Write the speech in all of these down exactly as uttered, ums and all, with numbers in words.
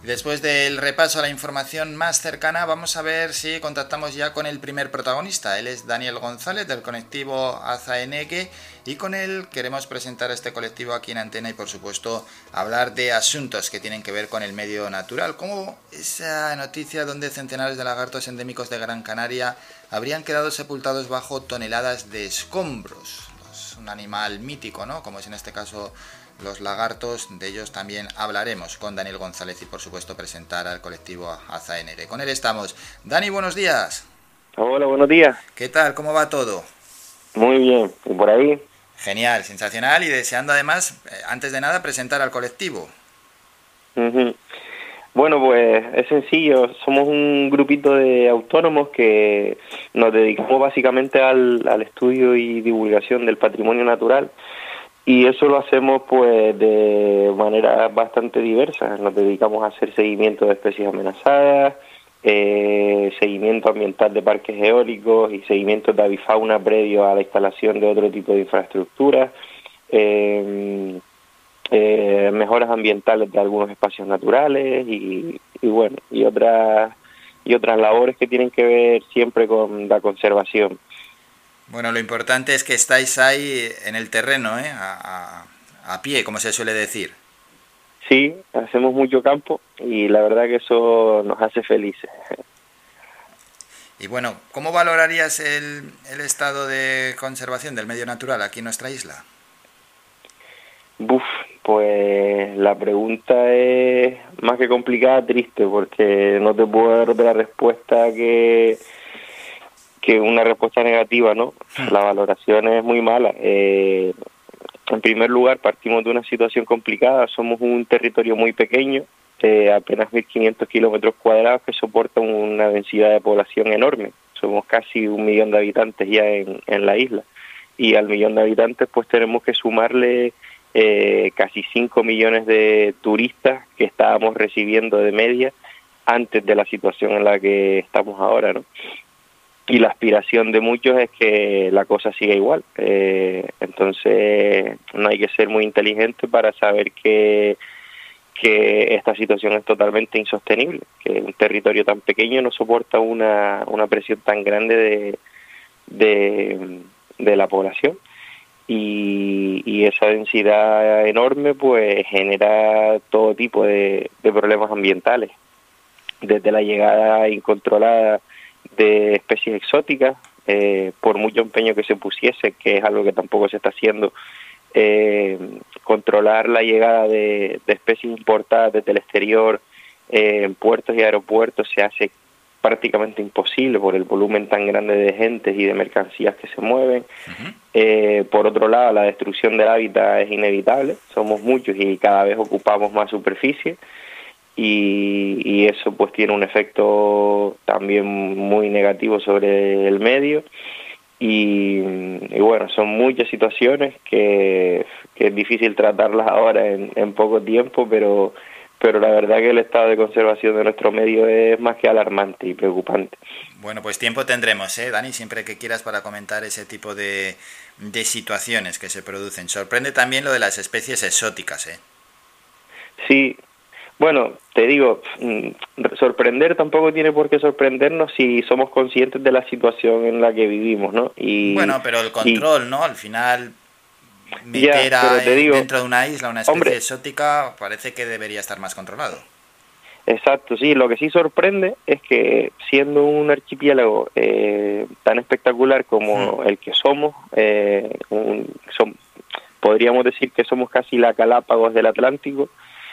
Después del repaso a la información más cercana, vamos a ver si contactamos ya con el primer protagonista. Él es Daniel González, del colectivo Azaeneque, y con él queremos presentar este colectivo aquí en Antena y, por supuesto, hablar de asuntos que tienen que ver con el medio natural, como esa noticia donde centenares de lagartos endémicos de Gran Canaria habrían quedado sepultados bajo toneladas de escombros. Es un animal mítico, ¿no? Como es en este caso los lagartos. De ellos también hablaremos con Daniel González y, por supuesto, presentar al colectivo Azaeneque. Con él estamos. Dani, buenos días. Hola, buenos días. ¿Qué tal? ¿Cómo va todo? Muy bien. ¿Y por ahí? Genial, sensacional, y deseando además, eh, antes de nada, presentar al colectivo. Uh-huh. Bueno, pues es sencillo. Somos un grupito de autónomos que nos dedicamos básicamente al, al estudio y divulgación del patrimonio natural. Y eso lo hacemos pues de manera bastante diversa. Nos dedicamos a hacer seguimiento de especies amenazadas, eh, seguimiento ambiental de parques eólicos y seguimiento de avifauna previo a la instalación de otro tipo de infraestructuras, eh, eh, mejoras ambientales de algunos espacios naturales y, y bueno, y otras y otras labores que tienen que ver siempre con la conservación. Bueno, lo importante es que estáis ahí en el terreno, ¿eh? a, a, a pie, como se suele decir. Sí, hacemos mucho campo y la verdad que eso nos hace felices. Y bueno, ¿cómo valorarías el, el estado de conservación del medio natural aquí en nuestra isla? Buf, pues la pregunta es más que complicada, triste, porque no te puedo dar otra respuesta que, que una respuesta negativa, ¿no? La valoración es muy mala. Eh, en primer lugar, partimos de una situación complicada. Somos un territorio muy pequeño, eh, apenas mil quinientos kilómetros cuadrados, que soporta una densidad de población enorme. Somos casi un millón de habitantes ya en, en la isla. Y al millón de habitantes pues tenemos que sumarle eh, casi cinco millones de turistas que estábamos recibiendo de media antes de la situación en la que estamos ahora, ¿no? Y la aspiración de muchos es que la cosa siga igual. Eh, entonces no hay que ser muy inteligente para saber que, que esta situación es totalmente insostenible, que un territorio tan pequeño no soporta una, una presión tan grande de, de, de la población. Y, y esa densidad enorme pues genera todo tipo de, de problemas ambientales, desde la llegada incontrolada de especies exóticas, eh, por mucho empeño que se pusiese, que es algo que tampoco se está haciendo, eh, controlar la llegada de, de especies importadas desde el exterior eh, en puertos y aeropuertos se hace prácticamente imposible por el volumen tan grande de gentes y de mercancías que se mueven. Uh-huh. Eh, por otro lado, la destrucción del hábitat es inevitable, somos muchos y cada vez ocupamos más superficie. Y, y eso pues tiene un efecto también muy negativo sobre el medio y, y bueno, son muchas situaciones que, que es difícil tratarlas ahora en, en poco tiempo, pero, pero la verdad que el estado de conservación de nuestro medio es más que alarmante y preocupante. Bueno, pues tiempo tendremos, ¿eh, Dani? Siempre que quieras para comentar ese tipo de, de situaciones que se producen. Sorprende también lo de las especies exóticas, ¿eh? Sí. Bueno, te digo, sorprender tampoco tiene por qué sorprendernos si somos conscientes de la situación en la que vivimos, ¿no? Y, bueno, pero el control, y, ¿no? Al final, meter ya, a, digo, dentro de una isla una especie hombre, exótica parece que debería estar más controlado. Exacto, sí. Lo que sí sorprende es que siendo un archipiélago eh, tan espectacular como hmm. el que somos, eh, un, son, podríamos decir que somos casi la Galápagos del Atlántico,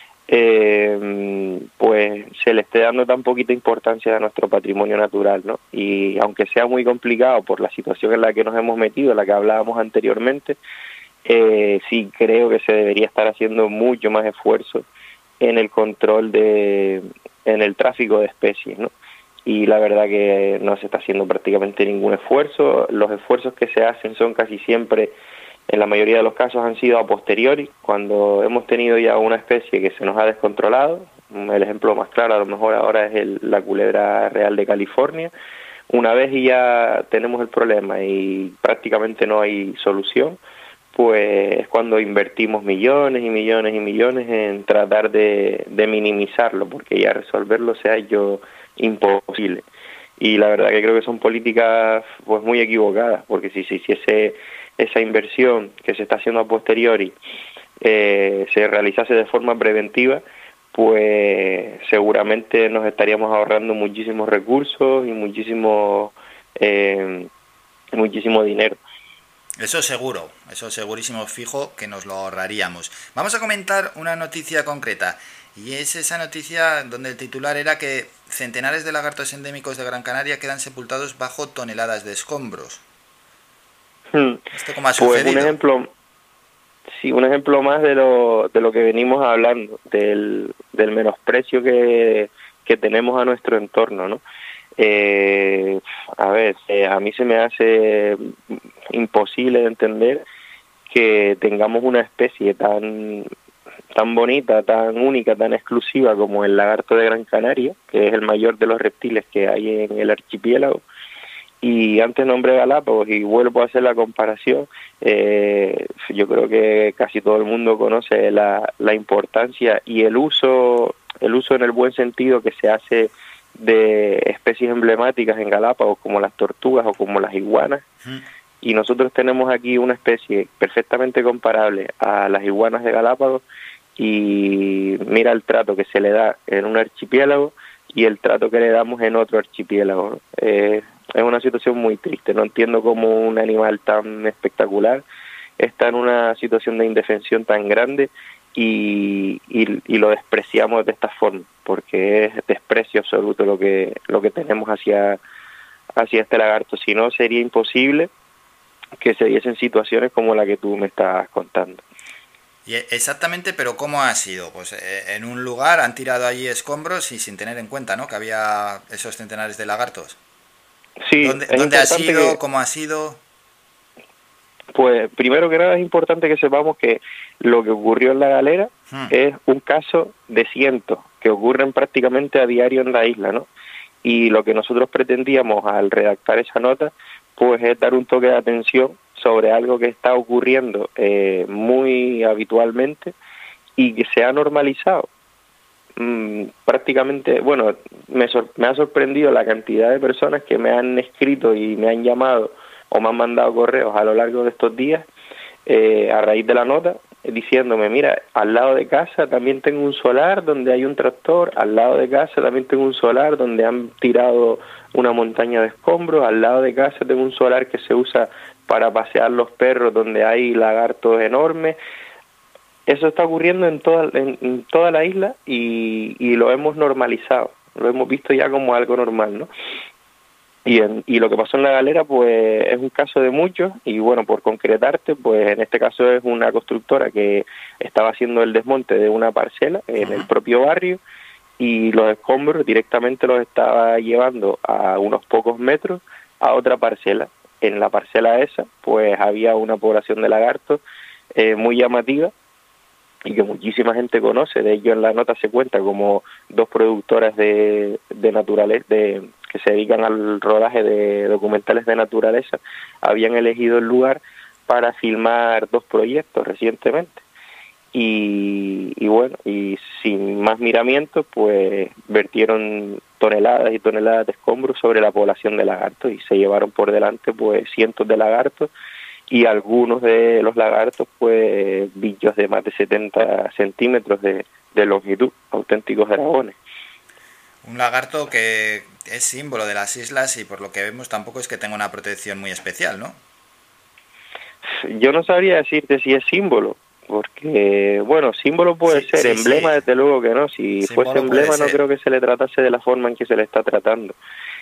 Eh, pues se le esté dando tan poquita importancia a nuestro patrimonio natural, ¿no? Y aunque sea muy complicado por la situación en la que nos hemos metido, la que hablábamos anteriormente, eh, sí creo que se debería estar haciendo mucho más esfuerzo en el control de, en el tráfico de especies, ¿no? Y la verdad que no se está haciendo prácticamente ningún esfuerzo. Los esfuerzos que se hacen son casi siempre, en la mayoría de los casos, han sido a posteriori, cuando hemos tenido ya una especie que se nos ha descontrolado. El ejemplo más claro a lo mejor ahora es el, la culebra real de California. Una vez y ya tenemos el problema y prácticamente no hay solución, pues es cuando invertimos millones y millones y millones en tratar de, de minimizarlo, porque ya resolverlo se ha hecho imposible. Y la verdad que creo que son políticas pues muy equivocadas, porque si se hiciese esa inversión que se está haciendo a posteriori eh, se realizase de forma preventiva, pues seguramente nos estaríamos ahorrando muchísimos recursos y muchísimo eh, muchísimo dinero. Eso seguro, eso segurísimo fijo que nos lo ahorraríamos. Vamos a comentar una noticia concreta, y es esa noticia donde el titular era que centenares de lagartos endémicos de Gran Canaria quedan sepultados bajo toneladas de escombros. Hmm. ¿Esto cómo ha pues sucedido? un ejemplo, sí, un ejemplo más de lo, de lo que venimos hablando, del, del menosprecio que, que tenemos a nuestro entorno, ¿no? Eh, a ver, eh, a mí se me hace imposible de entender que tengamos una especie tan tan bonita, tan única, tan exclusiva como el lagarto de Gran Canaria, que es el mayor de los reptiles que hay en el archipiélago. Y antes nombré Galápagos y vuelvo a hacer la comparación. Eh, yo creo que casi todo el mundo conoce la, la importancia y el uso, el uso en el buen sentido que se hace de especies emblemáticas en Galápagos como las tortugas o como las iguanas. Mm. Y nosotros tenemos aquí una especie perfectamente comparable a las iguanas de Galápagos, y mira el trato que se le da en un archipiélago y el trato que le damos en otro archipiélago, ¿no? Eh, es una situación muy triste. No entiendo cómo un animal tan espectacular está en una situación de indefensión tan grande y, y, y lo despreciamos de esta forma, porque es desprecio absoluto lo que lo que tenemos hacia, hacia este lagarto. Si no, sería imposible que se diesen situaciones como la que tú me estás contando. Y exactamente, pero ¿cómo ha sido? Pues eh, en un lugar han tirado allí escombros y sin tener en cuenta, ¿no?, que había esos centenares de lagartos. Sí, ¿Dónde, ¿dónde ha sido? Que, ¿Cómo ha sido? Pues primero que nada es importante que sepamos que lo que ocurrió en La Galera hmm. es un caso de cientos que ocurren prácticamente a diario en la isla, ¿no? Y lo que nosotros pretendíamos al redactar esa nota, pues es dar un toque de atención sobre algo que está ocurriendo eh, muy habitualmente y que se ha normalizado. Mm, prácticamente, bueno, me, sor me ha sorprendido la cantidad de personas que me han escrito y me han llamado o me han mandado correos a lo largo de estos días eh, a raíz de la nota, diciéndome, mira, al lado de casa también tengo un solar donde hay un tractor, al lado de casa también tengo un solar donde han tirado una montaña de escombros, al lado de casa tengo un solar que se usa para pasear los perros donde hay lagartos enormes. Eso está ocurriendo en toda, en, en toda la isla y, y lo hemos normalizado, lo hemos visto ya como algo normal, ¿no? Y, en, y lo que pasó en La Galera, pues es un caso de muchos, y bueno, por concretarte, pues en este caso es una constructora que estaba haciendo el desmonte de una parcela en el propio barrio, y los escombros directamente los estaba llevando a unos pocos metros a otra parcela. En la parcela esa, pues había una población de lagartos eh, muy llamativa, y que muchísima gente conoce. De ello en la nota se cuenta como dos productoras de, de naturaleza, de, que se dedican al rodaje de documentales de naturaleza, habían elegido el lugar para filmar dos proyectos recientemente. Y, y bueno, y sin más miramientos, pues vertieron toneladas y toneladas de escombros sobre la población de lagartos y se llevaron por delante pues cientos de lagartos, y algunos de los lagartos pues bichos de más de setenta centímetros de, de longitud, auténticos dragones. Un lagarto que es símbolo de las islas y por lo que vemos tampoco es que tenga una protección muy especial, ¿no? Yo no sabría decirte si es símbolo, porque, bueno, símbolo puede sí, ser, sí, emblema sí. Desde luego que no, si símbolo fuese emblema no creo que se le tratase de la forma en que se le está tratando.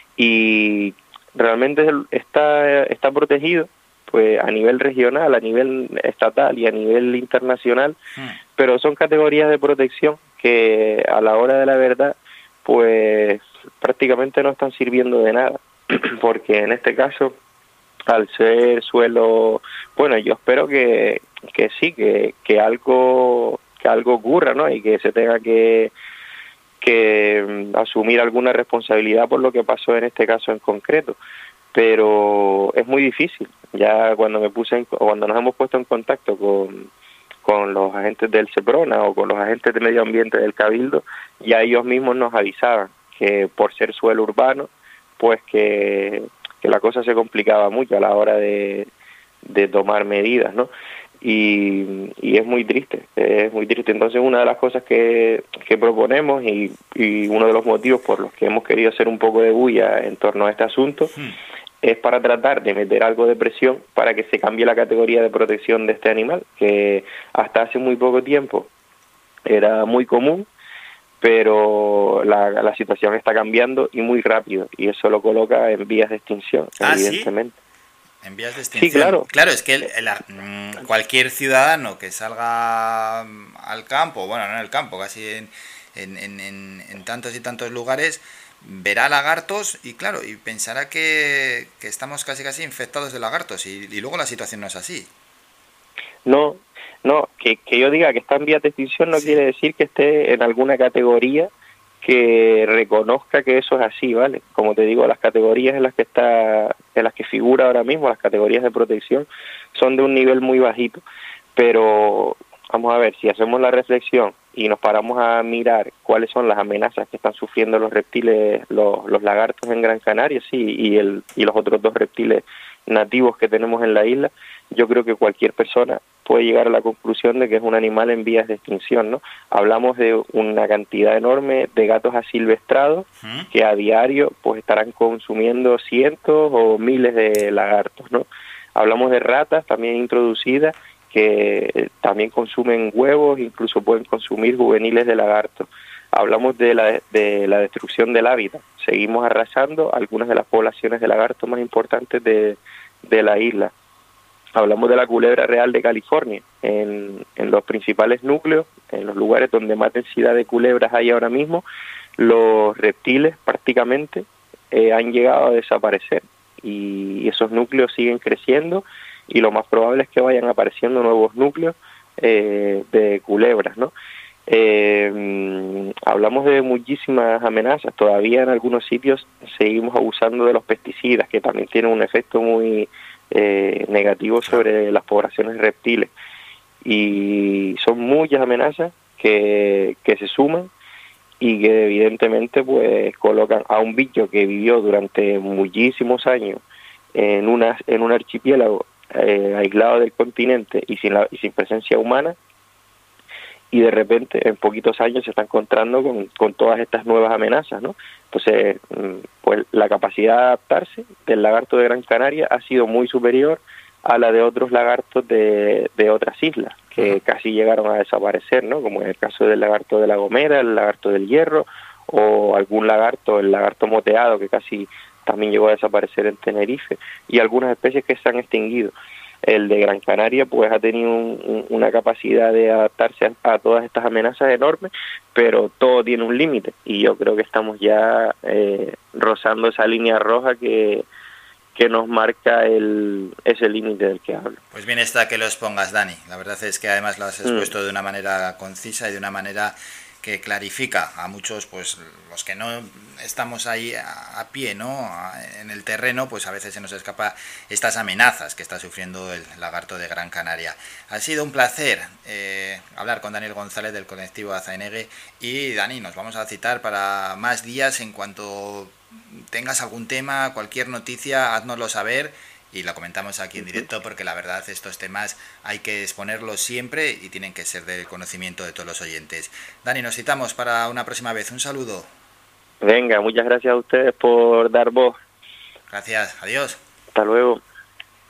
Y realmente está, está protegido pues a nivel regional, a nivel estatal y a nivel internacional, hmm. pero son categorías de protección que a la hora de la verdad pues prácticamente no están sirviendo de nada, porque en este caso, al ser suelo, bueno, yo espero que, que sí, que, que algo que algo ocurra, ¿no? Y que se tenga que, que asumir alguna responsabilidad por lo que pasó en este caso en concreto. pero es muy difícil. Ya cuando me puse en, cuando nos hemos puesto en contacto con, con los agentes del Seprona o con los agentes de medio ambiente del Cabildo, ya ellos mismos nos avisaban que por ser suelo urbano, pues que, que la cosa se complicaba mucho a la hora de, de tomar medidas, ¿no? Y, y es muy triste, es muy triste. Entonces una de las cosas que, que proponemos y, y uno de los motivos por los que hemos querido hacer un poco de bulla en torno a este asunto hmm. es para tratar de meter algo de presión para que se cambie la categoría de protección de este animal, que hasta hace muy poco tiempo era muy común, pero la, la situación está cambiando y muy rápido, y eso lo coloca en vías de extinción, ¿Ah, evidentemente. ¿sí? En vías de extinción. Sí, claro. Claro, es que el, el, cualquier ciudadano que salga al campo, bueno, no en el campo, casi en, en, en, en tantos y tantos lugares, verá lagartos y claro, y pensará que, que estamos casi casi infectados de lagartos, y, y luego la situación no es así. No, no, que, que yo diga que está en vías de extinción no sí. quiere decir que esté en alguna categoría que reconozca que eso es así, ¿vale? Como te digo, las categorías en las que está, en las que figura ahora mismo, las categorías de protección, son de un nivel muy bajito, pero vamos a ver, si hacemos la reflexión y nos paramos a mirar cuáles son las amenazas que están sufriendo los reptiles, los, los lagartos en Gran Canaria, sí, y el y los otros dos reptiles nativos que tenemos en la isla, yo creo que cualquier persona puede llegar a la conclusión de que es un animal en vías de extinción, ¿no? Hablamos de una cantidad enorme de gatos asilvestrados ¿Mm? que a diario pues estarán consumiendo cientos o miles de lagartos, ¿no? Hablamos de ratas también introducidas que también consumen huevos, incluso pueden consumir juveniles de lagartos. Hablamos de la, de la destrucción del hábitat. Seguimos arrasando algunas de las poblaciones de lagartos más importantes de, de la isla. Hablamos de la culebra real de California. En, en los principales núcleos, en los lugares donde más densidad de culebras hay ahora mismo, los reptiles prácticamente eh, han llegado a desaparecer. Y esos núcleos siguen creciendo y lo más probable es que vayan apareciendo nuevos núcleos eh, de culebras, ¿no? Eh, hablamos de muchísimas amenazas. Todavía en algunos sitios seguimos abusando de los pesticidas, que también tienen un efecto muy eh, negativo sobre las poblaciones reptiles, y son muchas amenazas que, que se suman y que evidentemente pues colocan a un bicho que vivió durante muchísimos años en una en un archipiélago eh, aislado del continente y sin la, y sin presencia humana, y de repente en poquitos años se está encontrando con, con todas estas nuevas amenazas, ¿no? Entonces, pues la capacidad de adaptarse del lagarto de Gran Canaria ha sido muy superior a la de otros lagartos de, de otras islas, que uh-huh. casi llegaron a desaparecer, ¿no? Como en el caso del lagarto de La Gomera, el lagarto del Hierro, o algún lagarto, el lagarto moteado, que casi también llegó a desaparecer en Tenerife, y algunas especies que se han extinguido. El de Gran Canaria pues ha tenido un, un, una capacidad de adaptarse a, a todas estas amenazas enormes, pero todo tiene un límite, y yo creo que estamos ya eh, rozando esa línea roja que, que nos marca el, ese límite del que hablo. Pues bien está que los pongas, Dani. La verdad es que además lo has expuesto mm. de una manera concisa y de una manera que clarifica a muchos, pues los que no estamos ahí a, a pie, ¿no? En el terreno, pues a veces se nos escapa estas amenazas que está sufriendo el lagarto de Gran Canaria. Ha sido un placer eh, hablar con Daniel González del colectivo Azaenegue, y Dani, nos vamos a citar para más días. En cuanto tengas algún tema, cualquier noticia, háznoslo saber y la comentamos aquí en directo, porque la verdad estos temas hay que exponerlos siempre y tienen que ser del conocimiento de todos los oyentes. Dani, nos citamos para una próxima vez. Un saludo. Venga, muchas gracias a ustedes por dar voz. Gracias, adiós. Hasta luego.